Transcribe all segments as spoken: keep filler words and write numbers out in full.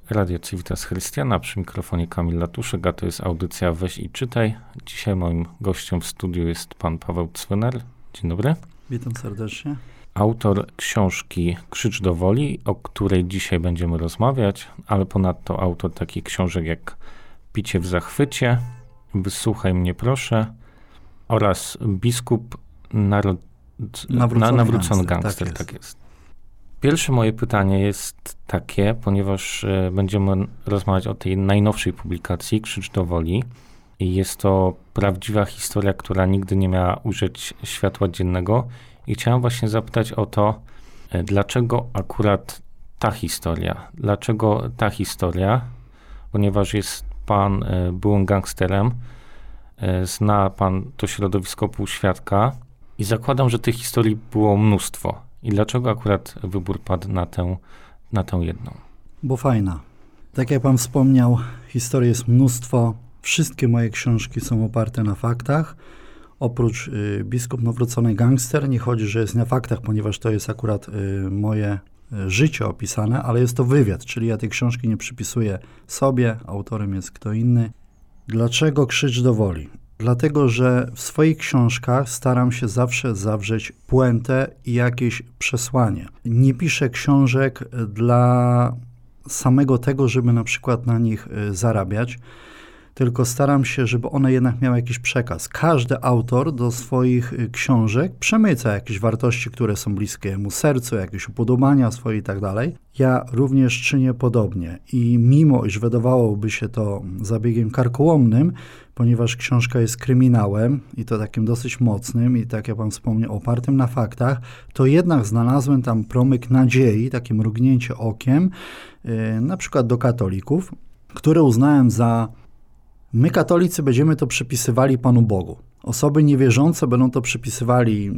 Radio Civitas Chrystiana, przy mikrofonie Kamil Latuszek, a to jest audycja Weź i Czytaj. Dzisiaj moim gościem w studiu jest pan Paweł Cwyner. Dzień dobry. Witam serdecznie. Autor książki Krzycz do woli, o której dzisiaj będziemy rozmawiać, ale ponadto autor takich książek jak Picie w zachwycie, Wysłuchaj mnie proszę oraz Biskup narod... Nawrócony, na, nawrócony gangster. gangster. Tak jest. Tak jest. Pierwsze moje pytanie jest takie, ponieważ y, będziemy rozmawiać o tej najnowszej publikacji, Krzycz do woli. I jest to prawdziwa historia, która nigdy nie miała ujrzeć światła dziennego. I chciałem właśnie zapytać o to, y, dlaczego akurat ta historia? Dlaczego ta historia? Ponieważ jest pan y, byłym gangsterem, y, zna pan to środowisko półświadka i zakładam, że tych historii było mnóstwo. I dlaczego akurat wybór padł na tę, na tę jedną? Bo fajna. Tak jak pan wspomniał, historii jest mnóstwo. Wszystkie moje książki są oparte na faktach. Oprócz y, Biskup nawrócony gangster, nie chodzi, że jest na faktach, ponieważ to jest akurat y, moje y, życie opisane, ale jest to wywiad, czyli ja tej książki nie przypisuję sobie, autorem jest kto inny. Dlaczego Krzycz do woli? Dlatego, że w swoich książkach staram się zawsze zawrzeć puentę i jakieś przesłanie. Nie piszę książek dla samego tego, żeby na przykład na nich zarabiać, tylko staram się, żeby one jednak miały jakiś przekaz. Każdy autor do swoich książek przemyca jakieś wartości, które są bliskie mu sercu, jakieś upodobania swoje i tak dalej. Ja również czynię podobnie i mimo, iż wydawałoby się to zabiegiem karkołomnym, ponieważ książka jest kryminałem i to takim dosyć mocnym i tak jak pan wspomniał, opartym na faktach, to jednak znalazłem tam promyk nadziei, takie mrugnięcie okiem, yy, na przykład do katolików, które uznałem za my, katolicy, będziemy to przypisywali Panu Bogu. Osoby niewierzące będą to przypisywali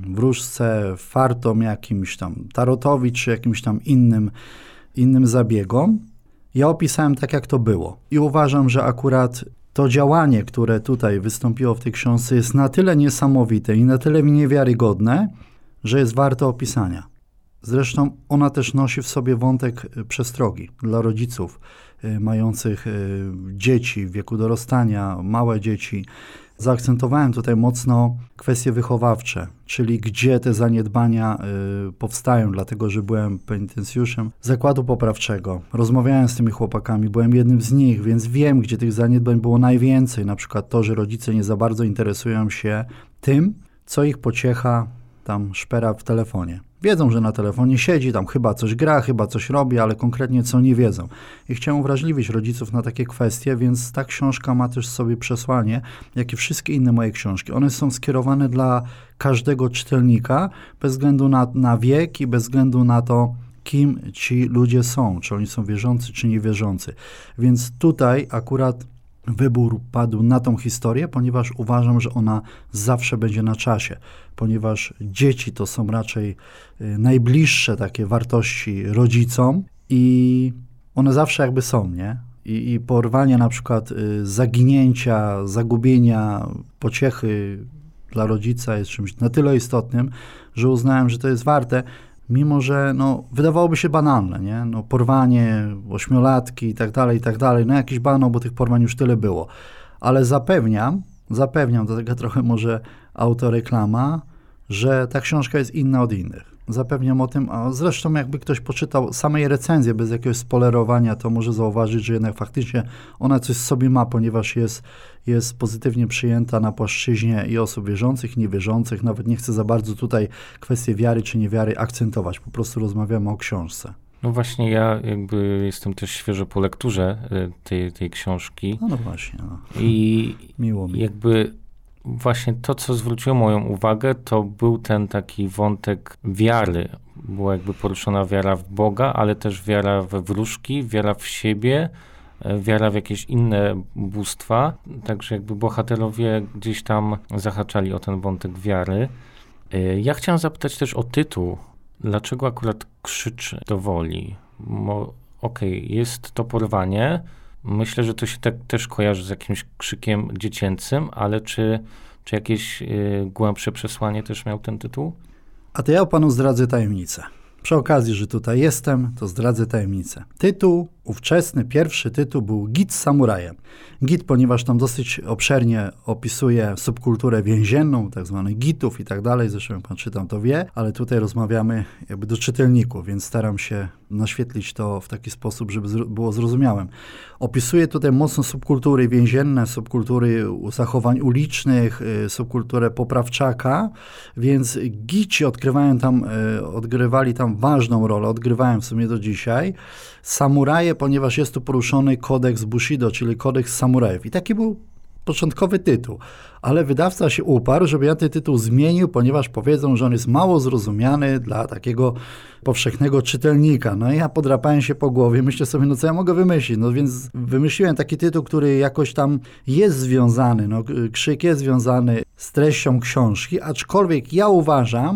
wróżce, fartom, jakimś tam tarotowi, czy jakimś tam innym, innym zabiegom. Ja opisałem tak, jak to było. I uważam, że akurat to działanie, które tutaj wystąpiło w tej książce, jest na tyle niesamowite i na tyle niewiarygodne, że jest warte opisania. Zresztą ona też nosi w sobie wątek przestrogi dla rodziców mających dzieci w wieku dorastania, małe dzieci. Zaakcentowałem tutaj mocno kwestie wychowawcze, czyli gdzie te zaniedbania y, powstają, dlatego że byłem penitencjuszem zakładu poprawczego. Rozmawiałem z tymi chłopakami, byłem jednym z nich, więc wiem, gdzie tych zaniedbań było najwięcej. Na przykład to, że rodzice nie za bardzo interesują się tym, co ich pociecha tam szpera w telefonie. Wiedzą, że na telefonie siedzi, tam chyba coś gra, chyba coś robi, ale konkretnie co nie wiedzą. I chciałem uwrażliwić rodziców na takie kwestie, więc ta książka ma też w sobie przesłanie, jak i wszystkie inne moje książki. One są skierowane dla każdego czytelnika, bez względu na, na wiek i bez względu na to, kim ci ludzie są, czy oni są wierzący, czy niewierzący. Więc tutaj akurat wybór padł na tą historię, ponieważ uważam, że ona zawsze będzie na czasie, ponieważ dzieci to są raczej y, najbliższe takie wartości rodzicom i one zawsze jakby są, nie? I, i porwanie na przykład y, zaginięcia, zagubienia, pociechy dla rodzica jest czymś na tyle istotnym, że uznałem, że to jest warte, mimo że no, wydawałoby się banalne, nie? No, porwanie, ośmiolatki i tak dalej, i tak dalej. No jakiś banał, bo tych porwań już tyle było. Ale zapewniam, zapewniam, to taka trochę może autoreklama, że ta książka jest inna od innych. Zapewniam o tym, a zresztą jakby ktoś poczytał samej recenzji bez jakiegoś spoilerowania, to może zauważyć, że jednak faktycznie ona coś w sobie ma, ponieważ jest, jest pozytywnie przyjęta na płaszczyźnie i osób wierzących, niewierzących. Nawet nie chcę za bardzo tutaj kwestie wiary czy niewiary akcentować. Po prostu rozmawiamy o książce. No właśnie, ja jakby jestem też świeżo po lekturze tej, tej książki. No, no właśnie. No. I miło mi. Jakby właśnie to, co zwróciło moją uwagę, to był ten taki wątek wiary. Była jakby poruszona wiara w Boga, ale też wiara we wróżki, wiara w siebie, wiara w jakieś inne bóstwa. Także jakby bohaterowie gdzieś tam zahaczali o ten wątek wiary. Ja chciałem zapytać też o tytuł. Dlaczego akurat Krzycz do woli? Bo okej, okay, jest to porwanie. Myślę, że to się tak też kojarzy z jakimś krzykiem dziecięcym, ale czy, czy jakieś y, głębsze przesłanie też miał ten tytuł? A to ja panu zdradzę tajemnicę. Przy okazji, że tutaj jestem, to zdradzę tajemnicę. Tytuł ówczesny pierwszy tytuł był Git z samurajem. Git, ponieważ tam dosyć obszernie opisuje subkulturę więzienną, tak zwanych gitów i tak dalej, zresztą jak pan czytam to wie, ale tutaj rozmawiamy jakby do czytelników, więc staram się naświetlić to w taki sposób, żeby zro- było zrozumiałym. Opisuje tutaj mocno subkultury więzienne, subkultury zachowań ulicznych, y, subkulturę poprawczaka, więc gici odgrywają tam, y, odgrywali tam ważną rolę, odgrywają w sumie do dzisiaj. Samuraje, ponieważ jest tu poruszony kodeks Bushido, czyli kodeks samurajów. I taki był początkowy tytuł, ale wydawca się uparł, żeby ja ten tytuł zmienił, ponieważ powiedzą, że on jest mało zrozumiany dla takiego powszechnego czytelnika. No i ja podrapałem się po głowie, myślę sobie, no co ja mogę wymyślić? No więc wymyśliłem taki tytuł, który jakoś tam jest związany, no krzyk jest związany z treścią książki, aczkolwiek ja uważam,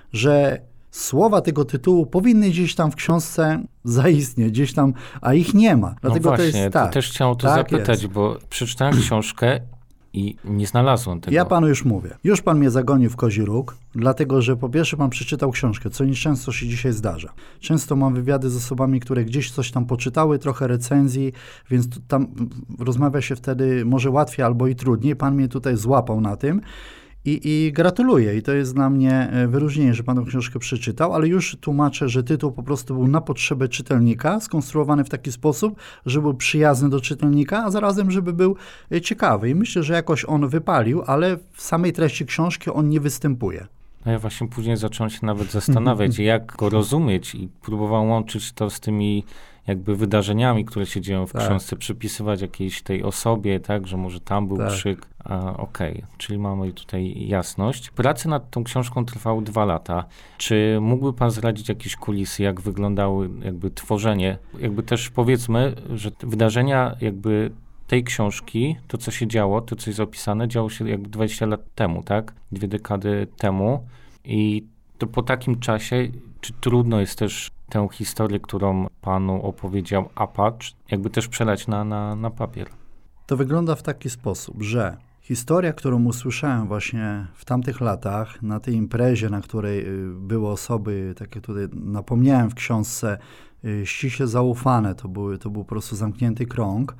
że słowa tego tytułu powinny gdzieś tam w książce zaistnieć, gdzieś tam, a ich nie ma. Dlatego no właśnie, to jest tak. To też chciałem o to tak zapytać, jest. bo przeczytałem książkę i nie znalazłem tego. Ja panu już mówię. Już pan mnie zagonił w kozi róg, dlatego że po pierwsze pan przeczytał książkę, co nieczęsto się dzisiaj zdarza. Często mam wywiady z osobami, które gdzieś coś tam poczytały, trochę recenzji, więc tam rozmawia się wtedy może łatwiej albo i trudniej. Pan mnie tutaj złapał na tym. I, I gratuluję. I to jest dla mnie wyróżnienie, że pan tę książkę przeczytał, ale już tłumaczę, że tytuł po prostu był na potrzebę czytelnika, skonstruowany w taki sposób, żeby był przyjazny do czytelnika, a zarazem, żeby był ciekawy. I myślę, że jakoś on wypalił, ale w samej treści książki on nie występuje. No ja właśnie później zacząłem się nawet zastanawiać, jak go rozumieć i próbowałem łączyć to z tymi jakby wydarzeniami, które się dzieją w tak. książce, przypisywać jakiejś tej osobie, tak, że może tam był tak. krzyk. Okej, okay. Czyli mamy tutaj jasność. Prace nad tą książką trwały dwa lata. Czy mógłby pan zdradzić jakieś kulisy, jak wyglądały jakby tworzenie? Jakby też powiedzmy, że wydarzenia jakby tej książki, to co się działo, to co jest opisane, działo się jakby dwadzieścia lat temu, tak? Dwie dekady temu. I to po takim czasie, czy trudno jest też tę historię, którą panu opowiedział Apache, jakby też przelać na, na, na papier? To wygląda w taki sposób, że historia, którą usłyszałem właśnie w tamtych latach, na tej imprezie, na której były osoby, takie tutaj napomniałem w książce, ściśle zaufane, to, były, to był po prostu zamknięty krąg.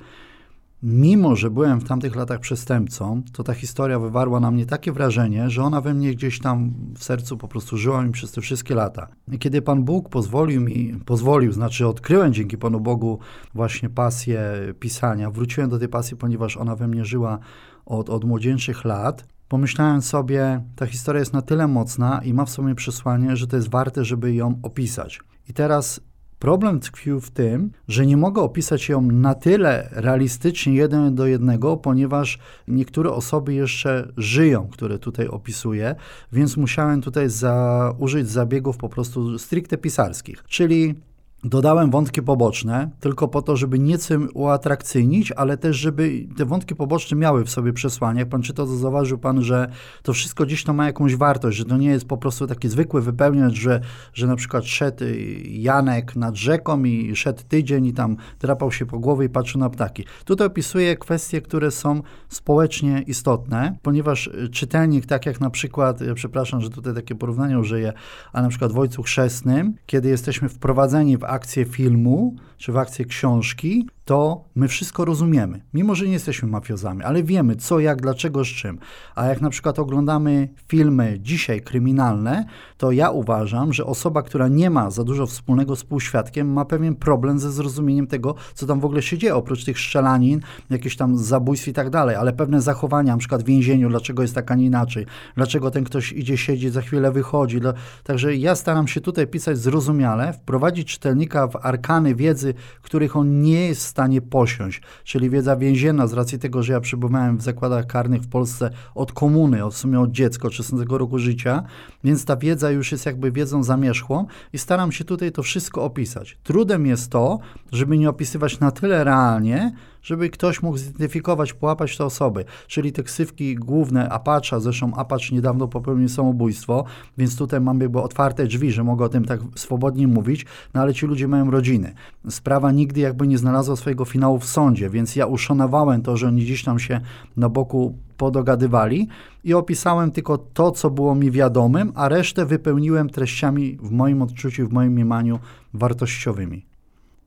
Mimo że byłem w tamtych latach przestępcą, to ta historia wywarła na mnie takie wrażenie, że ona we mnie gdzieś tam w sercu po prostu żyła mi przez te wszystkie lata. I kiedy Pan Bóg pozwolił mi, pozwolił, znaczy odkryłem dzięki Panu Bogu właśnie pasję pisania, wróciłem do tej pasji, ponieważ ona we mnie żyła od, od młodzieńczych lat, pomyślałem sobie, ta historia jest na tyle mocna i ma w sobie przesłanie, że to jest warte, żeby ją opisać. I teraz problem tkwił w tym, że nie mogę opisać ją na tyle realistycznie jeden do jednego, ponieważ niektóre osoby jeszcze żyją, które tutaj opisuję, więc musiałem tutaj za, użyć zabiegów po prostu stricte pisarskich, czyli dodałem wątki poboczne, tylko po to, żeby nieco uatrakcyjnić, ale też, żeby te wątki poboczne miały w sobie przesłanie. Jak pan czytał, to zauważył pan, że to wszystko gdzieś tam ma jakąś wartość, że to nie jest po prostu taki zwykły wypełniacz, że, że na przykład szedł Janek nad rzeką i szedł tydzień i tam drapał się po głowie i patrzył na ptaki. Tutaj opisuję kwestie, które są społecznie istotne, ponieważ czytelnik, tak jak na przykład, ja przepraszam, że tutaj takie porównanie użyję, a na przykład w Ojcu Chrzestnym, kiedy jesteśmy wprowadzeni w akcję filmu, czy w akcję książki, to my wszystko rozumiemy. Mimo że nie jesteśmy mafiozami, ale wiemy co, jak, dlaczego, z czym. A jak na przykład oglądamy filmy dzisiaj kryminalne, to ja uważam, że osoba, która nie ma za dużo wspólnego z półświadkiem, ma pewien problem ze zrozumieniem tego, co tam w ogóle się dzieje, oprócz tych strzelanin, jakieś tam zabójstw i tak dalej, ale pewne zachowania, na przykład w więzieniu, dlaczego jest tak, a nie inaczej, dlaczego ten ktoś idzie siedzieć, za chwilę wychodzi. Także ja staram się tutaj pisać zrozumiale, wprowadzić czytelnika w arkany wiedzy, których on nie jest w stanie posiąść, czyli wiedza więzienna z racji tego, że ja przebywałem w zakładach karnych w Polsce od komuny, od w sumie od dziecka, od szesnastego roku życia, więc ta wiedza już jest jakby wiedzą zamierzchłą i staram się tutaj to wszystko opisać. Trudem jest to, żeby nie opisywać na tyle realnie, żeby ktoś mógł zidentyfikować, połapać te osoby, czyli te ksywki główne Apacha, zresztą Apache niedawno popełnił samobójstwo, więc tutaj mamy jakby otwarte drzwi, że mogę o tym tak swobodnie mówić, no ale ci ludzie mają rodziny. Sprawa nigdy jakby nie znalazła swojego finału w sądzie, więc ja uszanowałem to, że oni gdzieś tam się na boku podogadywali i opisałem tylko to, co było mi wiadomym, a resztę wypełniłem treściami w moim odczuciu, w moim mniemaniu wartościowymi.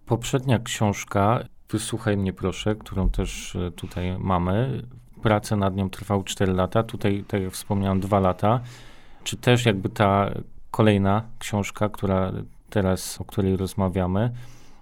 Poprzednia książka, Wysłuchaj mnie proszę, którą też tutaj mamy, prace nad nią trwały cztery lata, tutaj, tak jak wspomniałem, dwa lata. Czy też jakby ta kolejna książka, która teraz, o której rozmawiamy,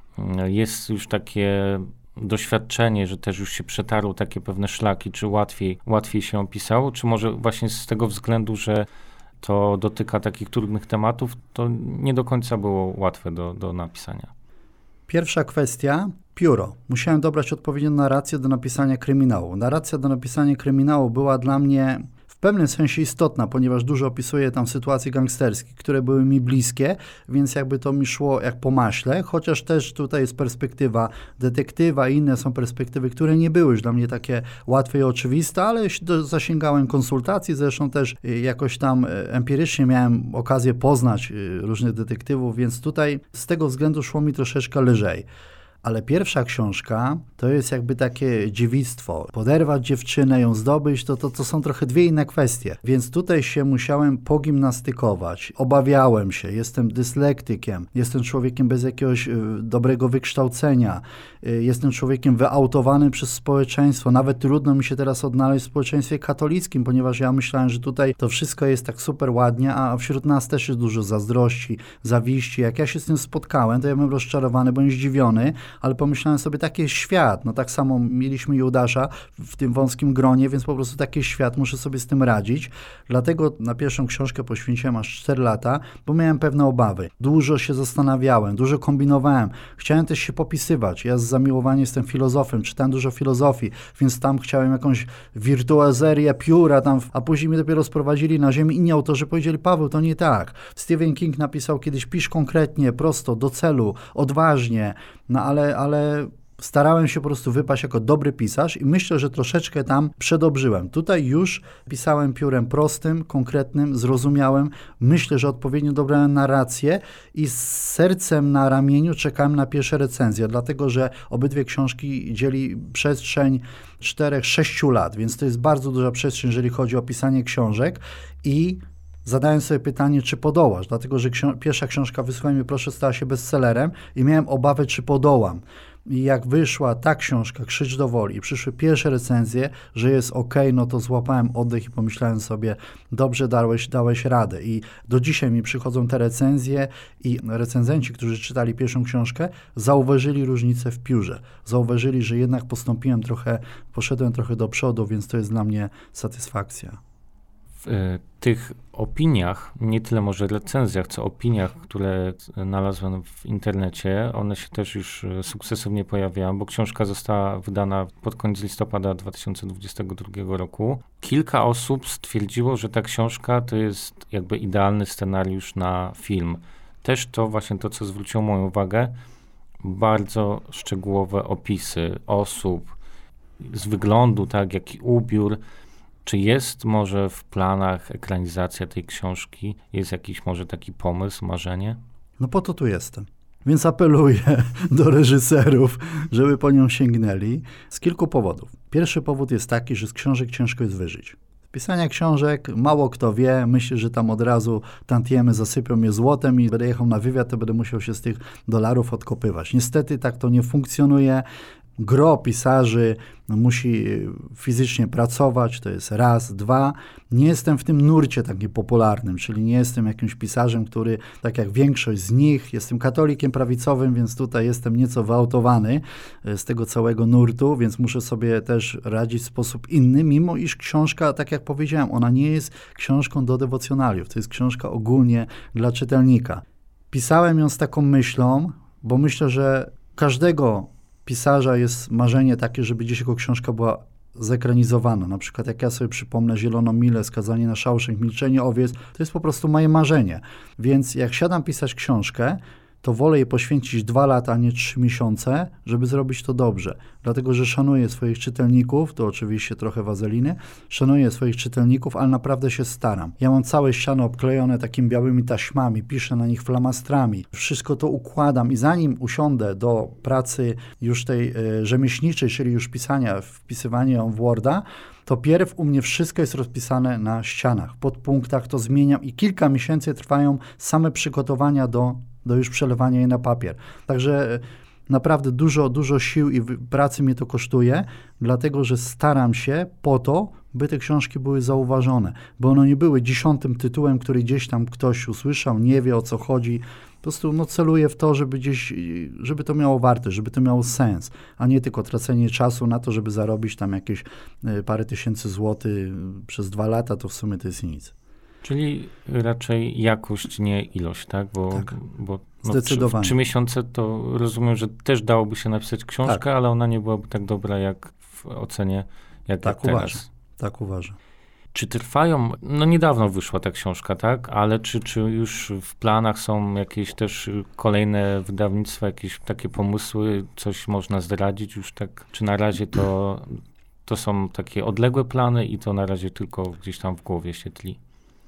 jest już takie doświadczenie, że też już się przetarło takie pewne szlaki, czy łatwiej, łatwiej się opisało, czy może właśnie z tego względu, że to dotyka takich trudnych tematów, to nie do końca było łatwe do, do napisania? Pierwsza kwestia, pióro. Musiałem dobrać odpowiednią narrację do napisania kryminału. Narracja do napisania kryminału była dla mnie w pewnym sensie istotna, ponieważ dużo opisuję tam sytuacji gangsterskich, które były mi bliskie, więc jakby to mi szło jak po maśle, chociaż też tutaj jest perspektywa detektywa i inne są perspektywy, które nie były już dla mnie takie łatwe i oczywiste, ale zasięgałem konsultacji, zresztą też jakoś tam empirycznie miałem okazję poznać różnych detektywów, więc tutaj z tego względu szło mi troszeczkę lżej. Ale pierwsza książka to jest jakby takie dziewictwo. Poderwać dziewczynę, ją zdobyć, to, to, to są trochę dwie inne kwestie. Więc tutaj się musiałem pogimnastykować. Obawiałem się, jestem dyslektykiem, jestem człowiekiem bez jakiegoś y, dobrego wykształcenia, y, jestem człowiekiem wyautowanym przez społeczeństwo. Nawet trudno mi się teraz odnaleźć w społeczeństwie katolickim, ponieważ ja myślałem, że tutaj to wszystko jest tak super ładnie, a wśród nas też jest dużo zazdrości, zawiści. Jak ja się z tym spotkałem, to ja byłem rozczarowany, byłem zdziwiony, ale pomyślałem sobie, taki jest świat. No tak samo mieliśmy Judasza w tym wąskim gronie, więc po prostu taki jest świat, muszę sobie z tym radzić. Dlatego na pierwszą książkę poświęciłem aż cztery lata, bo miałem pewne obawy. Dużo się zastanawiałem, dużo kombinowałem. Chciałem też się popisywać. Ja z zamiłowania jestem filozofem, czytałem dużo filozofii, więc tam chciałem jakąś wirtuazerię pióra, tam, a później mnie dopiero sprowadzili na ziemię inni autorzy powiedzieli, Paweł, to nie tak. Stephen King napisał kiedyś, pisz konkretnie, prosto, do celu, odważnie, no ale, ale starałem się po prostu wypaść jako dobry pisarz i myślę, że troszeczkę tam przedobrzyłem. Tutaj już pisałem piórem prostym, konkretnym, zrozumiałym. Myślę, że odpowiednio dobrałem narrację i z sercem na ramieniu czekałem na pierwsze recenzje, dlatego że obydwie książki dzieli przestrzeń czterech, sześciu lat, więc to jest bardzo duża przestrzeń, jeżeli chodzi o pisanie książek i zadałem sobie pytanie, czy podołasz, dlatego że ksi- pierwsza książka Wysłuchaj mnie proszę stała się bestsellerem i miałem obawę, czy podołam. I jak wyszła ta książka, Krzycz do woli, i przyszły pierwsze recenzje, że jest okej, no to złapałem oddech i pomyślałem sobie, dobrze dałeś, dałeś radę. I do dzisiaj mi przychodzą te recenzje i recenzenci, którzy czytali pierwszą książkę, zauważyli różnicę w piórze. Zauważyli, że jednak postąpiłem trochę, poszedłem trochę do przodu, więc to jest dla mnie satysfakcja. W tych opiniach, nie tyle może recenzjach, co opiniach, które znalazłem w internecie, one się też już sukcesywnie pojawiają, bo książka została wydana pod koniec listopada dwa tysiące dwudziestego drugiego roku. Kilka osób stwierdziło, że ta książka to jest jakby idealny scenariusz na film. Też to właśnie to, co zwróciło moją uwagę, bardzo szczegółowe opisy osób, z wyglądu, tak, jak i ubiór. Czy jest może w planach ekranizacja tej książki? Jest jakiś może taki pomysł, marzenie? No po to tu jestem. Więc apeluję do reżyserów, żeby po nią sięgnęli z kilku powodów. Pierwszy powód jest taki, że z książek ciężko jest wyżyć. Z pisania książek mało kto wie, myślę, że tam od razu tantiemy zasypią mnie złotem i będę jechał na wywiad, to będę musiał się z tych dolarów odkopywać. Niestety tak to nie funkcjonuje. Gro pisarzy no, musi fizycznie pracować, to jest raz, dwa. Nie jestem w tym nurcie takim popularnym, czyli nie jestem jakimś pisarzem, który, tak jak większość z nich, jestem katolikiem prawicowym, więc tutaj jestem nieco wyautowany z tego całego nurtu, więc muszę sobie też radzić w sposób inny, mimo iż książka, tak jak powiedziałem, ona nie jest książką do dewocjonaliów, to jest książka ogólnie dla czytelnika. Pisałem ją z taką myślą, bo myślę, że każdego pisarza jest marzenie takie, żeby gdzieś jego książka była zekranizowana. Na przykład jak ja sobie przypomnę Zieloną milę, Skazanie na Shawshank, Milczenie owiec, to jest po prostu moje marzenie. Więc jak siadam pisać książkę, to wolę jej poświęcić dwa lata, a nie trzy miesiące, żeby zrobić to dobrze. Dlatego, że szanuję swoich czytelników, to oczywiście trochę wazeliny, szanuję swoich czytelników, ale naprawdę się staram. Ja mam całe ściany obklejone takimi białymi taśmami, piszę na nich flamastrami, wszystko to układam i zanim usiądę do pracy już tej y, rzemieślniczej, czyli już pisania, wpisywania ją w Worda, to pierw u mnie wszystko jest rozpisane na ścianach, pod punktach to zmieniam i kilka miesięcy trwają same przygotowania do do już przelewania jej na papier. Także Naprawdę dużo, dużo sił i pracy mnie to kosztuje, dlatego że staram się po to, by te książki były zauważone, bo one nie były dziesiątym tytułem, który gdzieś tam ktoś usłyszał, nie wie o co chodzi. Po prostu no, celuję w to, żeby gdzieś, żeby to miało wartość, żeby to miało sens, a nie tylko tracenie czasu na to, żeby zarobić tam jakieś parę tysięcy złotych przez dwa lata, to w sumie to jest nic. Czyli raczej jakość, nie ilość, tak? Bo, tak. bo no, Zdecydowanie. W trzy miesiące to rozumiem, że też dałoby się napisać książkę, tak. ale ona nie byłaby tak dobra jak w ocenie, jak, tak jak teraz. Uważam. Tak uważam. Czy trwają, no niedawno wyszła ta książka, tak? Ale czy, czy już w planach są jakieś też kolejne wydawnictwa, jakieś takie pomysły, coś można zdradzić już tak? Czy na razie to, to są takie odległe plany i to na razie tylko gdzieś tam w głowie się tli?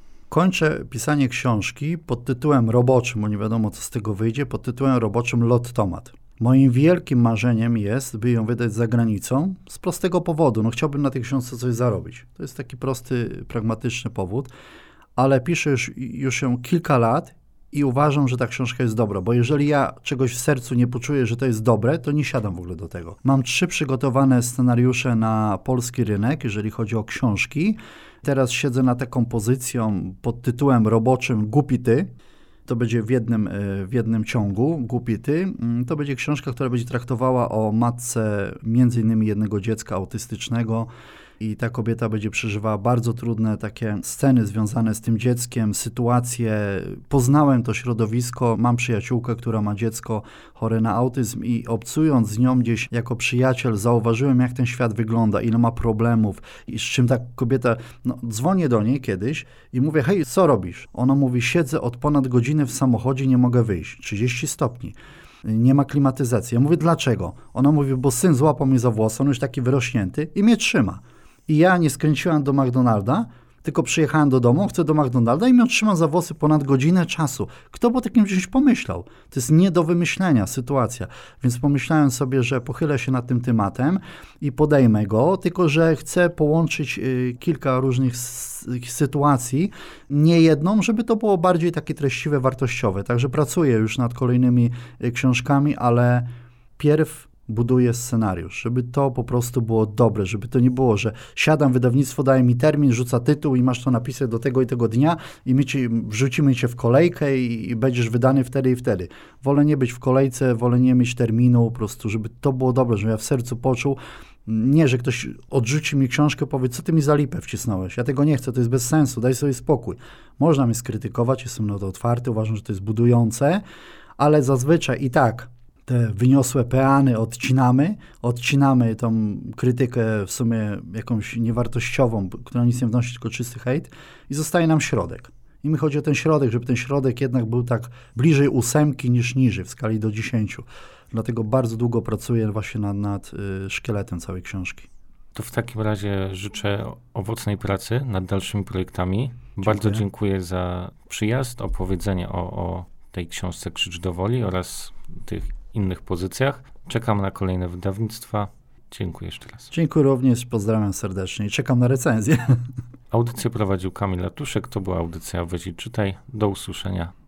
Kończę pisanie książki pod tytułem roboczym, bo nie wiadomo co z tego wyjdzie, pod tytułem roboczym Lot Tomat. Moim wielkim marzeniem jest, by ją wydać za granicą z prostego powodu. No chciałbym na tej książce coś zarobić. To jest taki prosty, pragmatyczny powód, ale piszę już, już ją kilka lat i uważam, że ta książka jest dobra, bo jeżeli ja czegoś w sercu nie poczuję, że to jest dobre, to nie siadam w ogóle do tego. Mam trzy przygotowane scenariusze na polski rynek, jeżeli chodzi o książki. Teraz siedzę nad taką pozycją pod tytułem roboczym Głupi ty. To będzie w jednym, w jednym ciągu, Głupi ty. To będzie książka, która będzie traktowała o matce między innymi jednego dziecka autystycznego i ta kobieta będzie przeżywała bardzo trudne takie sceny związane z tym dzieckiem, sytuacje. Poznałem to środowisko, mam przyjaciółkę, która ma dziecko chore na autyzm i obcując z nią gdzieś jako przyjaciel zauważyłem, jak ten świat wygląda, ile ma problemów i z czym ta kobieta, no, dzwonię do niej kiedyś i mówię, hej, co robisz? Ona mówi, siedzę od ponad godziny w samochodzie, nie mogę wyjść, trzydzieści stopni. Nie ma klimatyzacji. Ja mówię, dlaczego? Ona mówi, bo syn złapał mnie za włosy, on już taki wyrośnięty i mnie trzyma. I ja nie skręciłem do McDonalda, tylko przyjechałem do domu, chcę do McDonalda i mnie trzyma za włosy ponad godzinę czasu. Kto by o takim czymś pomyślał? To jest nie do wymyślenia sytuacja. Więc pomyślałem sobie, że pochylę się nad tym tematem i podejmę go, tylko że chcę połączyć y, kilka różnych s- sytuacji, nie jedną, żeby to było bardziej takie treściwe, wartościowe. Także pracuję już nad kolejnymi y, książkami, ale pierw buduję scenariusz, żeby to po prostu było dobre, żeby to nie było, że siadam, wydawnictwo daje mi termin, rzuca tytuł i masz to napisać do tego i tego dnia i my ci, wrzucimy cię w kolejkę i, i będziesz wydany wtedy i wtedy. Wolę nie być w kolejce, wolę nie mieć terminu, po prostu, żeby to było dobre, żebym ja w sercu poczuł, nie, że ktoś odrzuci mi książkę, powie, co ty mi za lipę wcisnąłeś, ja tego nie chcę, to jest bez sensu, daj sobie spokój. Można mnie skrytykować, jestem na to otwarty, uważam, że to jest budujące, ale zazwyczaj i tak te wyniosłe peany odcinamy, odcinamy tą krytykę w sumie jakąś niewartościową, która nic nie wnosi, tylko czysty hejt i zostaje nam środek. I mi chodzi o ten środek, żeby ten środek jednak był tak bliżej ósemki niż niżej, w skali do dziesięciu. Dlatego bardzo długo pracuję właśnie nad, nad y, szkieletem całej książki. To w takim razie życzę owocnej pracy nad dalszymi projektami. Dziękuję. Bardzo dziękuję za przyjazd, opowiedzenie o, o tej książce Krzycz do woli oraz tych innych pozycjach. Czekam na kolejne wydawnictwa. Dziękuję jeszcze raz. Dziękuję również, pozdrawiam serdecznie i czekam na recenzję. Audycję prowadził Kamil Latuszek, to była audycja Weź i Czytaj. Do usłyszenia.